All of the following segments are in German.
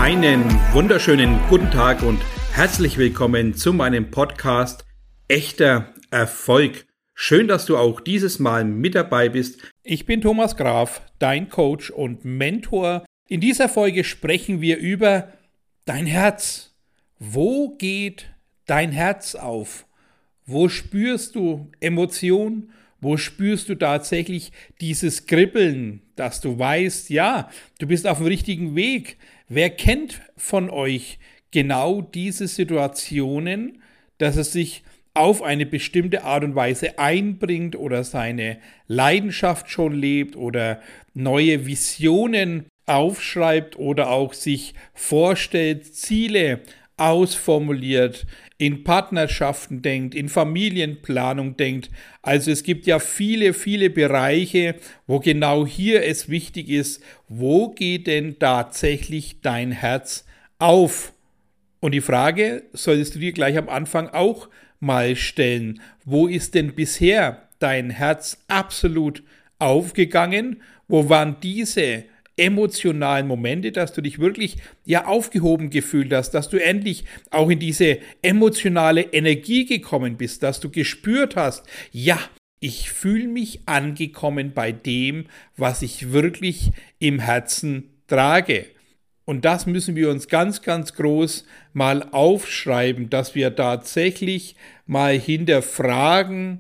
Einen wunderschönen guten Tag und herzlich willkommen zu meinem Podcast Echter Erfolg. Schön, dass du auch dieses Mal mit dabei bist. Ich bin Thomas Graf, dein Coach und Mentor. In dieser Folge sprechen wir über dein Herz. Wo geht dein Herz auf? Wo spürst du Emotion? Wo spürst du tatsächlich dieses Kribbeln, dass du weißt, ja, du bist auf dem richtigen Weg? Wer kennt von euch genau diese Situationen, dass es sich auf eine bestimmte Art und Weise einbringt oder seine Leidenschaft schon lebt oder neue Visionen aufschreibt oder auch sich vorstellt, Ziele ausformuliert, in Partnerschaften denkt, in Familienplanung denkt. Also es gibt ja viele, viele Bereiche, wo genau hier es wichtig ist, wo geht denn tatsächlich dein Herz auf? Und die Frage solltest du dir gleich am Anfang auch mal stellen. Wo ist denn bisher dein Herz absolut aufgegangen? Wo waren diese emotionalen Momente, dass du dich wirklich aufgehoben gefühlt hast, dass du endlich auch in diese emotionale Energie gekommen bist, dass du gespürt hast, ja, ich fühle mich angekommen bei dem, was ich wirklich im Herzen trage. Und das müssen wir uns ganz, ganz groß mal aufschreiben, dass wir tatsächlich mal hinterfragen,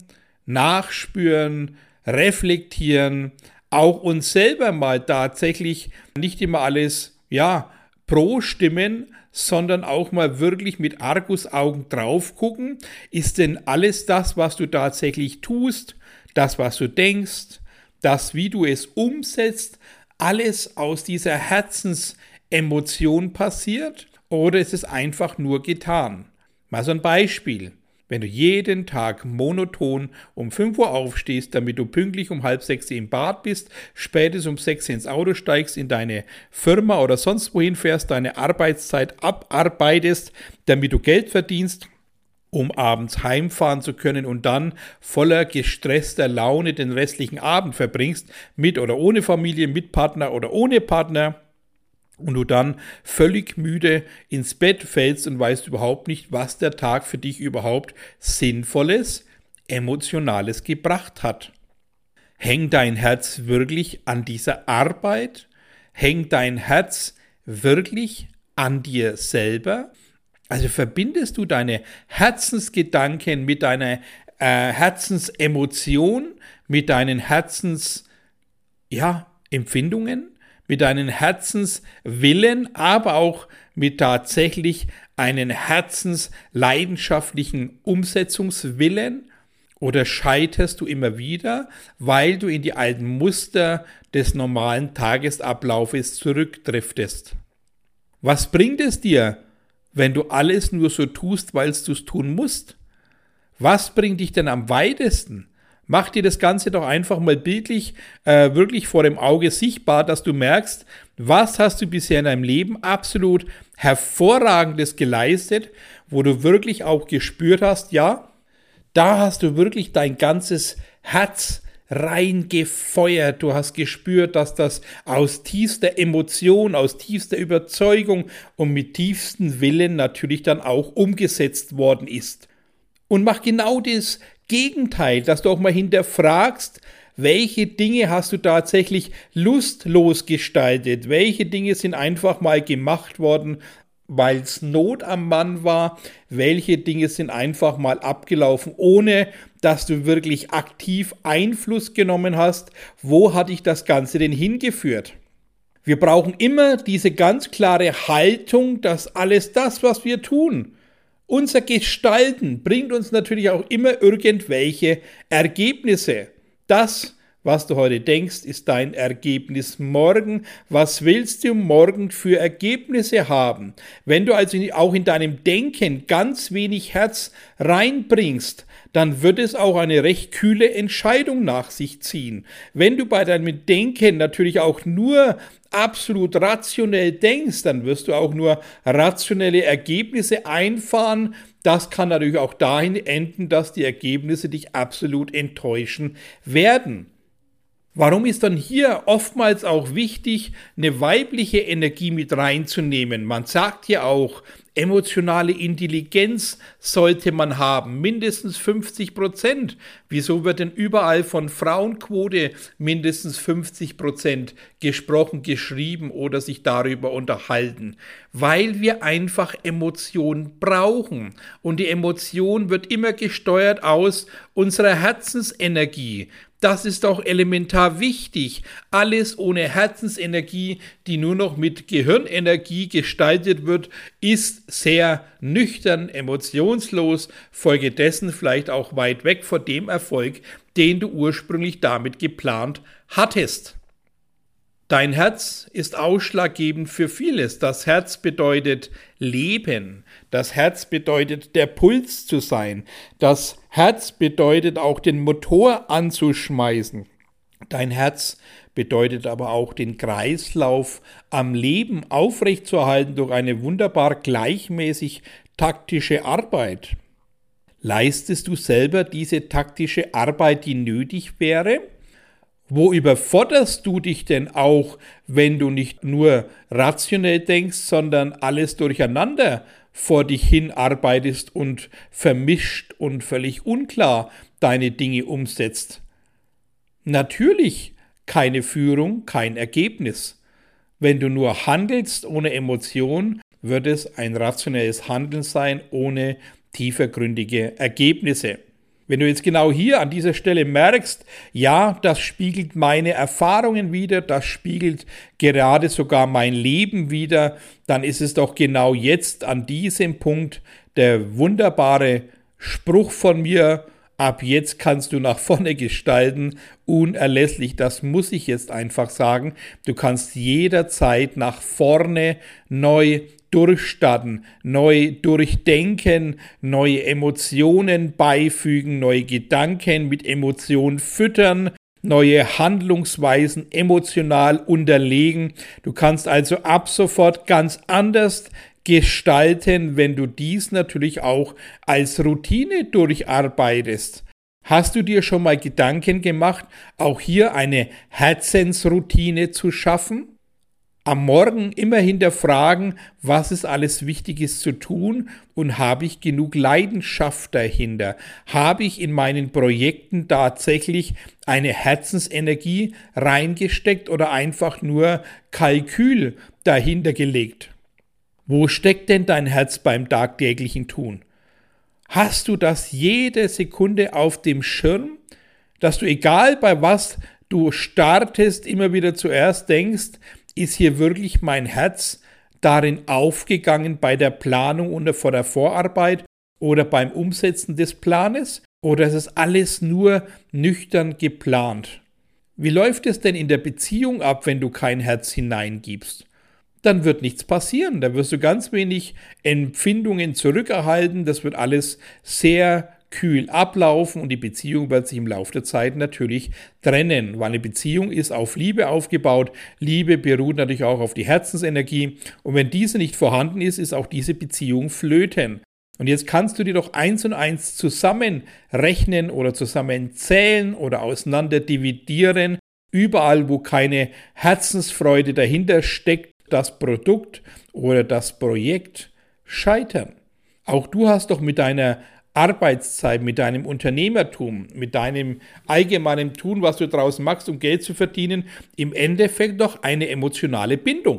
nachspüren, reflektieren, auch uns selber mal tatsächlich nicht immer alles, pro stimmen, sondern auch mal wirklich mit Argusaugen drauf gucken. Ist denn alles das, was du tatsächlich tust, das, was du denkst, das, wie du es umsetzt, alles aus dieser Herzensemotion passiert oder ist es einfach nur getan? Mal so ein Beispiel. Wenn du jeden Tag monoton um 5 Uhr aufstehst, damit du pünktlich um 5:30 im Bad bist, spätestens um 6 ins Auto steigst, in deine Firma oder sonst wohin fährst, deine Arbeitszeit abarbeitest, damit du Geld verdienst, um abends heimfahren zu können und dann voller gestresster Laune den restlichen Abend verbringst, mit oder ohne Familie, mit Partner oder ohne Partner, und du dann völlig müde ins Bett fällst und weißt überhaupt nicht, was der Tag für dich überhaupt Sinnvolles, Emotionales gebracht hat. Hängt dein Herz wirklich an dieser Arbeit? Hängt dein Herz wirklich an dir selber? Also verbindest du deine Herzensgedanken mit deiner Herzensemotion, mit deinen Empfindungen? Mit deinen Herzenswillen, aber auch mit tatsächlich einen herzensleidenschaftlichen Umsetzungswillen? Oder scheiterst du immer wieder, weil du in die alten Muster des normalen Tagesablaufes zurückdriftest? Was bringt es dir, wenn du alles nur so tust, weil du es tun musst? Was bringt dich denn am weitesten? Mach dir das Ganze doch einfach mal bildlich wirklich vor dem Auge sichtbar, dass du merkst, was hast du bisher in deinem Leben absolut Hervorragendes geleistet, wo du wirklich auch gespürt hast, ja, da hast du wirklich dein ganzes Herz reingefeuert. Du hast gespürt, dass das aus tiefster Emotion, aus tiefster Überzeugung und mit tiefstem Willen natürlich dann auch umgesetzt worden ist. Und mach genau das Gegenteil, dass du auch mal hinterfragst, welche Dinge hast du tatsächlich lustlos gestaltet, welche Dinge sind einfach mal gemacht worden, weil es Not am Mann war, welche Dinge sind einfach mal abgelaufen, ohne dass du wirklich aktiv Einfluss genommen hast, wo hat dich das Ganze denn hingeführt? Wir brauchen immer diese ganz klare Haltung, dass alles das, was wir tun, unser Gestalten bringt uns natürlich auch immer irgendwelche Ergebnisse. Das, was du heute denkst, ist dein Ergebnis morgen. Was willst du morgen für Ergebnisse haben? Wenn du also auch in deinem Denken ganz wenig Herz reinbringst, dann wird es auch eine recht kühle Entscheidung nach sich ziehen. Wenn du bei deinem Denken natürlich auch nur absolut rationell denkst, dann wirst du auch nur rationelle Ergebnisse einfahren. Das kann natürlich auch dahin enden, dass die Ergebnisse dich absolut enttäuschen werden. Warum ist dann hier oftmals auch wichtig, eine weibliche Energie mit reinzunehmen? Man sagt ja auch, emotionale Intelligenz sollte man haben, mindestens 50%. Wieso wird denn überall von Frauenquote mindestens 50% gesprochen, geschrieben oder sich darüber unterhalten? Weil wir einfach Emotion brauchen. Und die Emotion wird immer gesteuert aus unserer Herzensenergie. Das ist doch elementar wichtig. Alles ohne Herzensenergie, die nur noch mit Gehirnenergie gestaltet wird, ist sehr nüchtern, emotionslos, folgedessen vielleicht auch weit weg von dem Erfolg, den du ursprünglich damit geplant hattest. Dein Herz ist ausschlaggebend für vieles. Das Herz bedeutet Leben. Das Herz bedeutet der Puls zu sein. Das Herz bedeutet auch den Motor anzuschmeißen. Dein Herz bedeutet aber auch den Kreislauf am Leben aufrechtzuerhalten durch eine wunderbar gleichmäßig taktische Arbeit. Leistest du selber diese taktische Arbeit, die nötig wäre? Wo überforderst du dich denn auch, wenn du nicht nur rationell denkst, sondern alles durcheinander vor dich hin arbeitest und vermischt und völlig unklar deine Dinge umsetzt? Natürlich keine Führung, kein Ergebnis. Wenn du nur handelst ohne Emotion, wird es ein rationelles Handeln sein ohne tiefergründige Ergebnisse. Wenn du jetzt genau hier an dieser Stelle merkst, ja, das spiegelt meine Erfahrungen wider, das spiegelt gerade sogar mein Leben wider, dann ist es doch genau jetzt an diesem Punkt der wunderbare Spruch von mir: Ab jetzt kannst du nach vorne gestalten, unerlässlich, das muss ich jetzt einfach sagen. Du kannst jederzeit nach vorne neu durchstarten, neu durchdenken, neue Emotionen beifügen, neue Gedanken mit Emotionen füttern, neue Handlungsweisen emotional unterlegen. Du kannst also ab sofort ganz anders gestalten, wenn du dies natürlich auch als Routine durcharbeitest. Hast du dir schon mal Gedanken gemacht, auch hier eine Herzensroutine zu schaffen? Am Morgen immer hinterfragen, was ist alles Wichtiges zu tun und habe ich genug Leidenschaft dahinter? Habe ich in meinen Projekten tatsächlich eine Herzensenergie reingesteckt oder einfach nur Kalkül dahinter gelegt? Wo steckt denn dein Herz beim tagtäglichen Tun? Hast du das jede Sekunde auf dem Schirm, dass du, egal bei was du startest, immer wieder zuerst denkst, ist hier wirklich mein Herz darin aufgegangen bei der Planung und vor der Vorarbeit oder beim Umsetzen des Planes? Oder ist es alles nur nüchtern geplant? Wie läuft es denn in der Beziehung ab, wenn du kein Herz hineingibst? Dann wird nichts passieren. Da wirst du ganz wenig Empfindungen zurückerhalten. Das wird alles sehr kühl ablaufen und die Beziehung wird sich im Laufe der Zeit natürlich trennen, weil eine Beziehung ist auf Liebe aufgebaut. Liebe beruht natürlich auch auf die Herzensenergie und wenn diese nicht vorhanden ist, ist auch diese Beziehung flöten. Und jetzt kannst du dir doch 1 und 1 zusammenrechnen oder zusammenzählen oder auseinander dividieren. Überall, wo keine Herzensfreude dahinter steckt, das Produkt oder das Projekt scheitern. Auch du hast doch mit deiner Arbeitszeit, mit deinem Unternehmertum, mit deinem allgemeinen Tun, was du draußen machst, um Geld zu verdienen, im Endeffekt doch eine emotionale Bindung.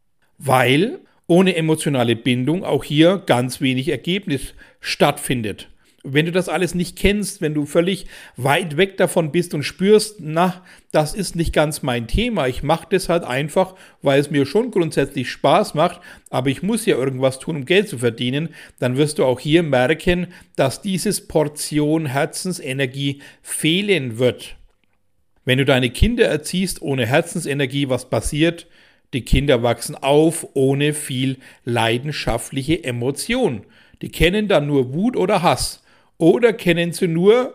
Weil ohne emotionale Bindung auch hier ganz wenig Ergebnis stattfindet. Wenn du das alles nicht kennst, wenn du völlig weit weg davon bist und spürst, na, das ist nicht ganz mein Thema, ich mache das halt einfach, weil es mir schon grundsätzlich Spaß macht, aber ich muss ja irgendwas tun, um Geld zu verdienen, dann wirst du auch hier merken, dass dieses Portion Herzensenergie fehlen wird. Wenn du deine Kinder erziehst ohne Herzensenergie, was passiert? Die Kinder wachsen auf ohne viel leidenschaftliche Emotion. Die kennen dann nur Wut oder Hass. Oder kennen sie nur,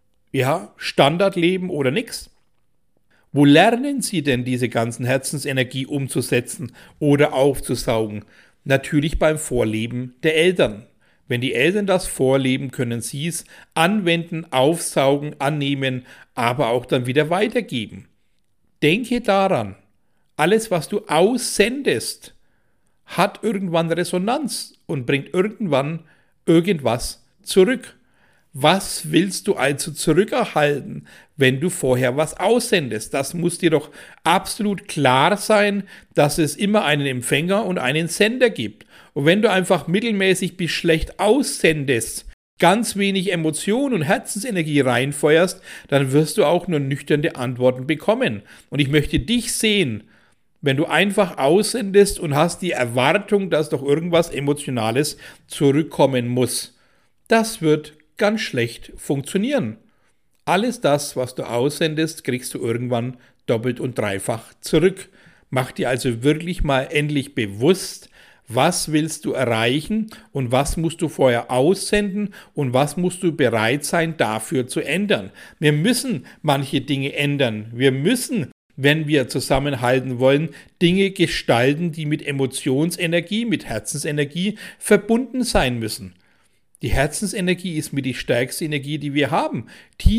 Standardleben oder nichts? Wo lernen sie denn diese ganzen Herzensenergie umzusetzen oder aufzusaugen? Natürlich beim Vorleben der Eltern. Wenn die Eltern das vorleben, können sie es anwenden, aufsaugen, annehmen, aber auch dann wieder weitergeben. Denke daran, alles, was du aussendest, hat irgendwann Resonanz und bringt irgendwann irgendwas zurück. Was willst du also zurückerhalten, wenn du vorher was aussendest? Das muss dir doch absolut klar sein, dass es immer einen Empfänger und einen Sender gibt. Und wenn du einfach mittelmäßig bis schlecht aussendest, ganz wenig Emotion und Herzensenergie reinfeuerst, dann wirst du auch nur nüchterne Antworten bekommen. Und ich möchte dich sehen, wenn du einfach aussendest und hast die Erwartung, dass doch irgendwas Emotionales zurückkommen muss. Das wird ganz schlecht funktionieren. Alles das, was du aussendest, kriegst du irgendwann doppelt und dreifach zurück. Mach dir also wirklich mal endlich bewusst, was willst du erreichen und was musst du vorher aussenden und was musst du bereit sein, dafür zu ändern. Wir müssen manche Dinge ändern. Wir müssen, wenn wir zusammenhalten wollen, Dinge gestalten, die mit Emotionsenergie, mit Herzensenergie verbunden sein müssen. Die Herzensenergie ist mit die stärkste Energie, die wir haben.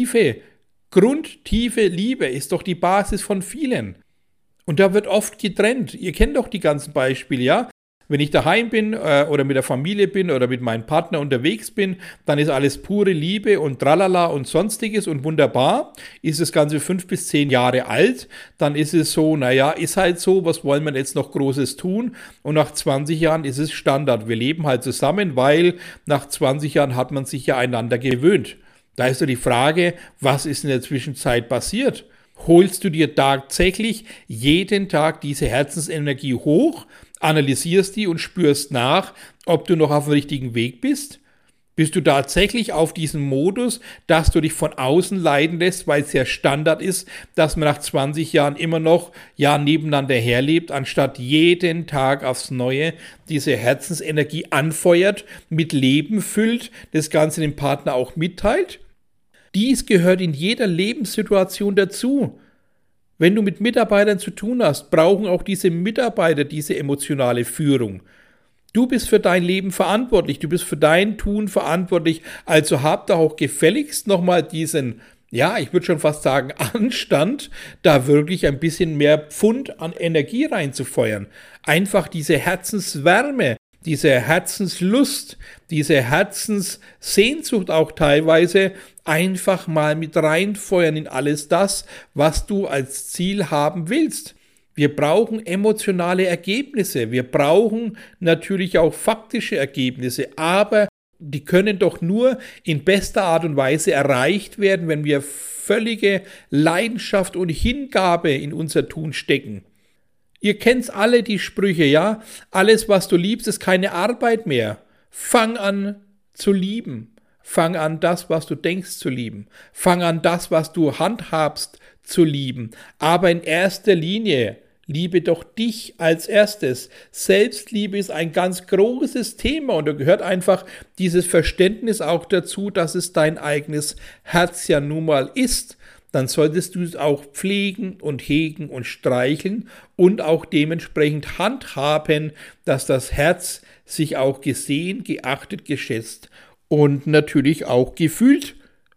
Grundtiefe Liebe ist doch die Basis von vielen. Und da wird oft getrennt. Ihr kennt doch die ganzen Beispiele, ja? Wenn ich daheim bin oder mit der Familie bin oder mit meinem Partner unterwegs bin, dann ist alles pure Liebe und tralala und sonstiges und wunderbar. Ist das Ganze 5 bis 10 Jahre alt, dann ist es so, naja, ist halt so, was wollen wir jetzt noch Großes tun? Und nach 20 Jahren ist es Standard. Wir leben halt zusammen, weil nach 20 Jahren hat man sich ja einander gewöhnt. Da ist so die Frage, was ist in der Zwischenzeit passiert? Holst du dir tatsächlich jeden Tag diese Herzensenergie hoch, analysierst die und spürst nach, ob du noch auf dem richtigen Weg bist? Bist du tatsächlich auf diesem Modus, dass du dich von außen leiten lässt, weil es ja Standard ist, dass man nach 20 Jahren immer noch nebeneinander herlebt, anstatt jeden Tag aufs Neue diese Herzensenergie anfeuert, mit Leben füllt, das Ganze dem Partner auch mitteilt? Dies gehört in jeder Lebenssituation dazu. Wenn du mit Mitarbeitern zu tun hast, brauchen auch diese Mitarbeiter diese emotionale Führung. Du bist für dein Leben verantwortlich, du bist für dein Tun verantwortlich, also hab da auch gefälligst nochmal diesen, ich würde schon fast sagen, Anstand, da wirklich ein bisschen mehr Pfund an Energie reinzufeuern. Einfach diese Herzenswärme, diese Herzenslust, diese Herzenssehnsucht auch teilweise einfach mal mit reinfeuern in alles das, was du als Ziel haben willst. Wir brauchen emotionale Ergebnisse, wir brauchen natürlich auch faktische Ergebnisse, aber die können doch nur in bester Art und Weise erreicht werden, wenn wir völlige Leidenschaft und Hingabe in unser Tun stecken. Ihr kennt alle die Sprüche, ja? Alles, was du liebst, ist keine Arbeit mehr. Fang an zu lieben. Fang an, das, was du denkst, zu lieben. Fang an, das, was du handhabst, zu lieben. Aber in erster Linie, liebe doch dich als erstes. Selbstliebe ist ein ganz großes Thema und da gehört einfach dieses Verständnis auch dazu, dass es dein eigenes Herz ja nun mal ist. Dann solltest du es auch pflegen und hegen und streicheln und auch dementsprechend handhaben, dass das Herz sich auch gesehen, geachtet, geschätzt und natürlich auch gefühlt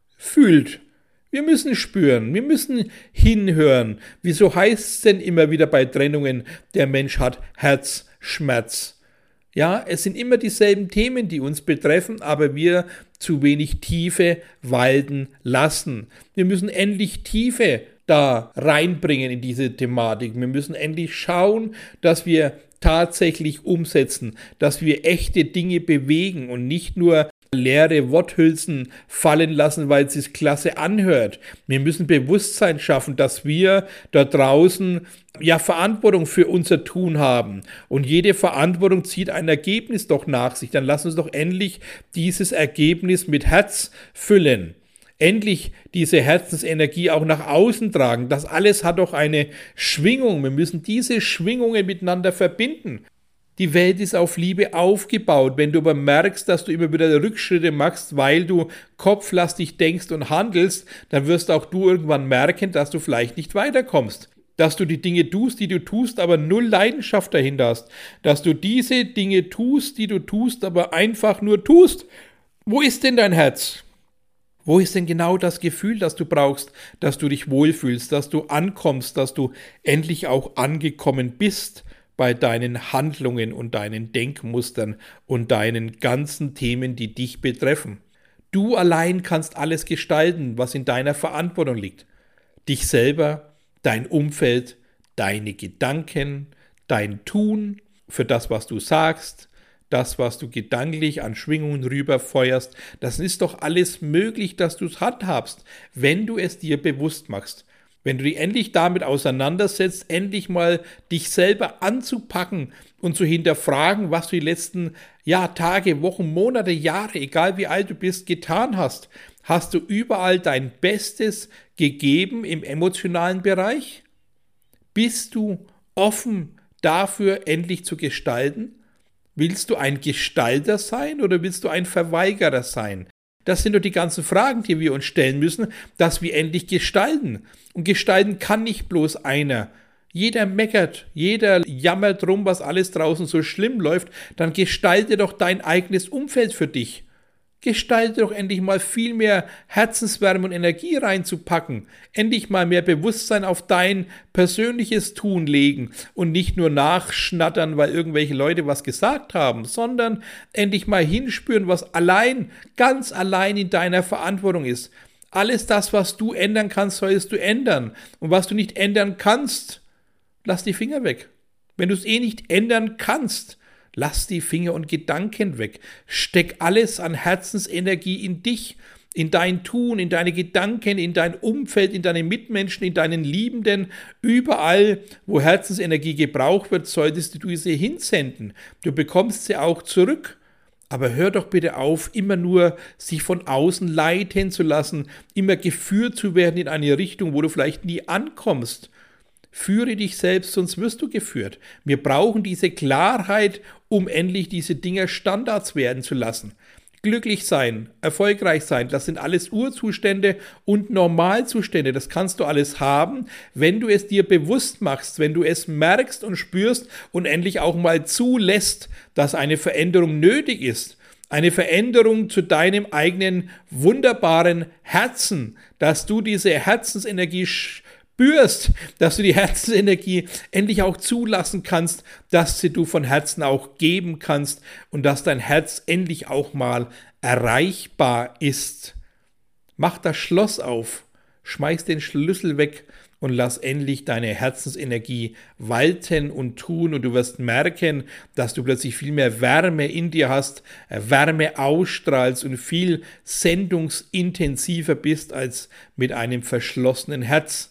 fühlt. Wir müssen spüren, wir müssen hinhören. Wieso heißt es denn immer wieder bei Trennungen, der Mensch hat Herzschmerz? Ja, es sind immer dieselben Themen, die uns betreffen, aber wir zu wenig Tiefe walten lassen. Wir müssen endlich Tiefe da reinbringen in diese Thematik. Wir müssen endlich schauen, dass wir tatsächlich umsetzen, dass wir echte Dinge bewegen und nicht nur leere Worthülsen fallen lassen, weil es sich klasse anhört. Wir müssen Bewusstsein schaffen, dass wir da draußen Verantwortung für unser Tun haben. Und jede Verantwortung zieht ein Ergebnis doch nach sich. Dann lass uns doch endlich dieses Ergebnis mit Herz füllen. Endlich diese Herzensenergie auch nach außen tragen. Das alles hat doch eine Schwingung. Wir müssen diese Schwingungen miteinander verbinden. Die Welt ist auf Liebe aufgebaut. Wenn du aber merkst, dass du immer wieder Rückschritte machst, weil du kopflastig denkst und handelst, dann wirst auch du irgendwann merken, dass du vielleicht nicht weiterkommst. Dass du die Dinge tust, die du tust, aber null Leidenschaft dahinter hast. Dass du diese Dinge tust, die du tust, aber einfach nur tust. Wo ist denn dein Herz? Wo ist denn genau das Gefühl, das du brauchst, dass du dich wohlfühlst, dass du ankommst, dass du endlich auch angekommen bist bei deinen Handlungen und deinen Denkmustern und deinen ganzen Themen, die dich betreffen? Du allein kannst alles gestalten, was in deiner Verantwortung liegt. Dich selber, dein Umfeld, deine Gedanken, dein Tun, für das, was du sagst, das, was du gedanklich an Schwingungen rüberfeuerst, das ist doch alles möglich, dass du es handhabst, wenn du es dir bewusst machst. Wenn du dich endlich damit auseinandersetzt, endlich mal dich selber anzupacken und zu hinterfragen, was du die letzten Tage, Wochen, Monate, Jahre, egal wie alt du bist, getan hast. Hast du überall dein Bestes gegeben im emotionalen Bereich? Bist du offen dafür, endlich zu gestalten? Willst du ein Gestalter sein oder willst du ein Verweigerer sein? Das sind doch die ganzen Fragen, die wir uns stellen müssen, dass wir endlich gestalten. Und gestalten kann nicht bloß einer. Jeder meckert, jeder jammert drum, was alles draußen so schlimm läuft. Dann gestalte doch dein eigenes Umfeld für dich. Gestalte doch endlich mal viel mehr Herzenswärme und Energie reinzupacken. Endlich mal mehr Bewusstsein auf dein persönliches Tun legen und nicht nur nachschnattern, weil irgendwelche Leute was gesagt haben, sondern endlich mal hinspüren, was ganz allein in deiner Verantwortung ist. Alles das, was du ändern kannst, solltest du ändern. Und was du nicht ändern kannst, lass die Finger weg. Wenn du es nicht ändern kannst, lass die Finger und Gedanken weg. Steck alles an Herzensenergie in dich, in dein Tun, in deine Gedanken, in dein Umfeld, in deine Mitmenschen, in deinen Liebenden. Überall, wo Herzensenergie gebraucht wird, solltest du sie hinsenden. Du bekommst sie auch zurück. Aber hör doch bitte auf, immer nur sich von außen leiten zu lassen, immer geführt zu werden in eine Richtung, wo du vielleicht nie ankommst. Führe dich selbst, sonst wirst du geführt. Wir brauchen diese Klarheit, um endlich diese Dinger Standards werden zu lassen. Glücklich sein, erfolgreich sein, das sind alles Urzustände und Normalzustände. Das kannst du alles haben, wenn du es dir bewusst machst, wenn du es merkst und spürst und endlich auch mal zulässt, dass eine Veränderung nötig ist. Eine Veränderung zu deinem eigenen wunderbaren Herzen, dass du diese Herzensenergie spürst, dass du die Herzensenergie endlich auch zulassen kannst, dass du von Herzen auch geben kannst und dass dein Herz endlich auch mal erreichbar ist. Mach das Schloss auf, schmeiß den Schlüssel weg und lass endlich deine Herzensenergie walten und tun und du wirst merken, dass du plötzlich viel mehr Wärme in dir hast, Wärme ausstrahlst und viel sendungsintensiver bist als mit einem verschlossenen Herz.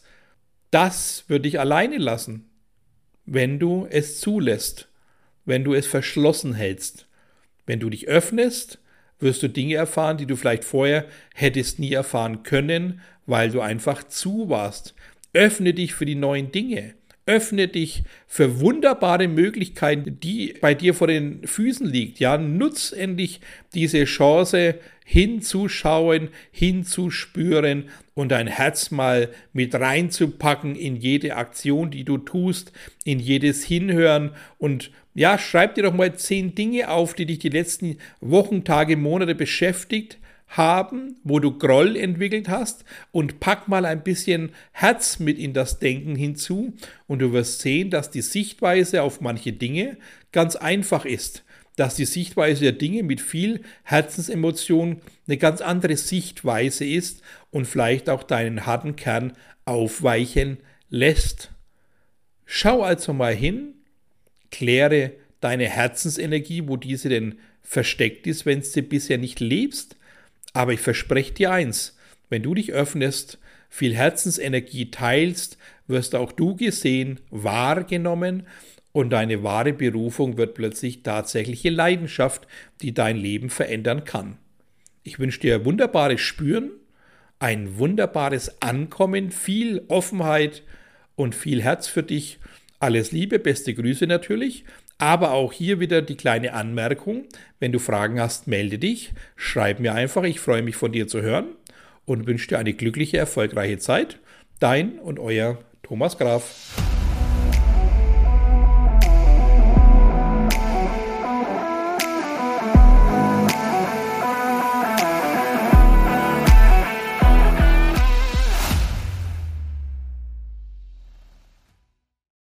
Das würde dich alleine lassen, wenn du es zulässt, wenn du es verschlossen hältst. Wenn du dich öffnest, wirst du Dinge erfahren, die du vielleicht vorher hättest nie erfahren können, weil du einfach zu warst. Öffne dich für die neuen Dinge. Öffne dich für wunderbare Möglichkeiten, die bei dir vor den Füßen liegt. Ja, nutz endlich diese Chance, hinzuschauen, hinzuspüren und dein Herz mal mit reinzupacken in jede Aktion, die du tust, in jedes Hinhören. Und ja, schreib dir doch mal 10 Dinge auf, die dich die letzten Wochen, Tage, Monate beschäftigt haben, wo du Groll entwickelt hast, und pack mal ein bisschen Herz mit in das Denken hinzu und du wirst sehen, dass die Sichtweise auf manche Dinge ganz einfach ist, dass die Sichtweise der Dinge mit viel Herzensemotion eine ganz andere Sichtweise ist und vielleicht auch deinen harten Kern aufweichen lässt. Schau also mal hin, kläre deine Herzensenergie, wo diese denn versteckt ist, wenn du sie bisher nicht lebst. Aber ich verspreche dir eins, wenn du dich öffnest, viel Herzensenergie teilst, wirst auch du gesehen, wahrgenommen und deine wahre Berufung wird plötzlich tatsächliche Leidenschaft, die dein Leben verändern kann. Ich wünsche dir wunderbares Spüren, ein wunderbares Ankommen, viel Offenheit und viel Herz für dich. Alles Liebe, beste Grüße natürlich. Aber auch hier wieder die kleine Anmerkung, wenn du Fragen hast, melde dich, schreib mir einfach, ich freue mich von dir zu hören und wünsche dir eine glückliche, erfolgreiche Zeit. Dein und euer Thomas Graf.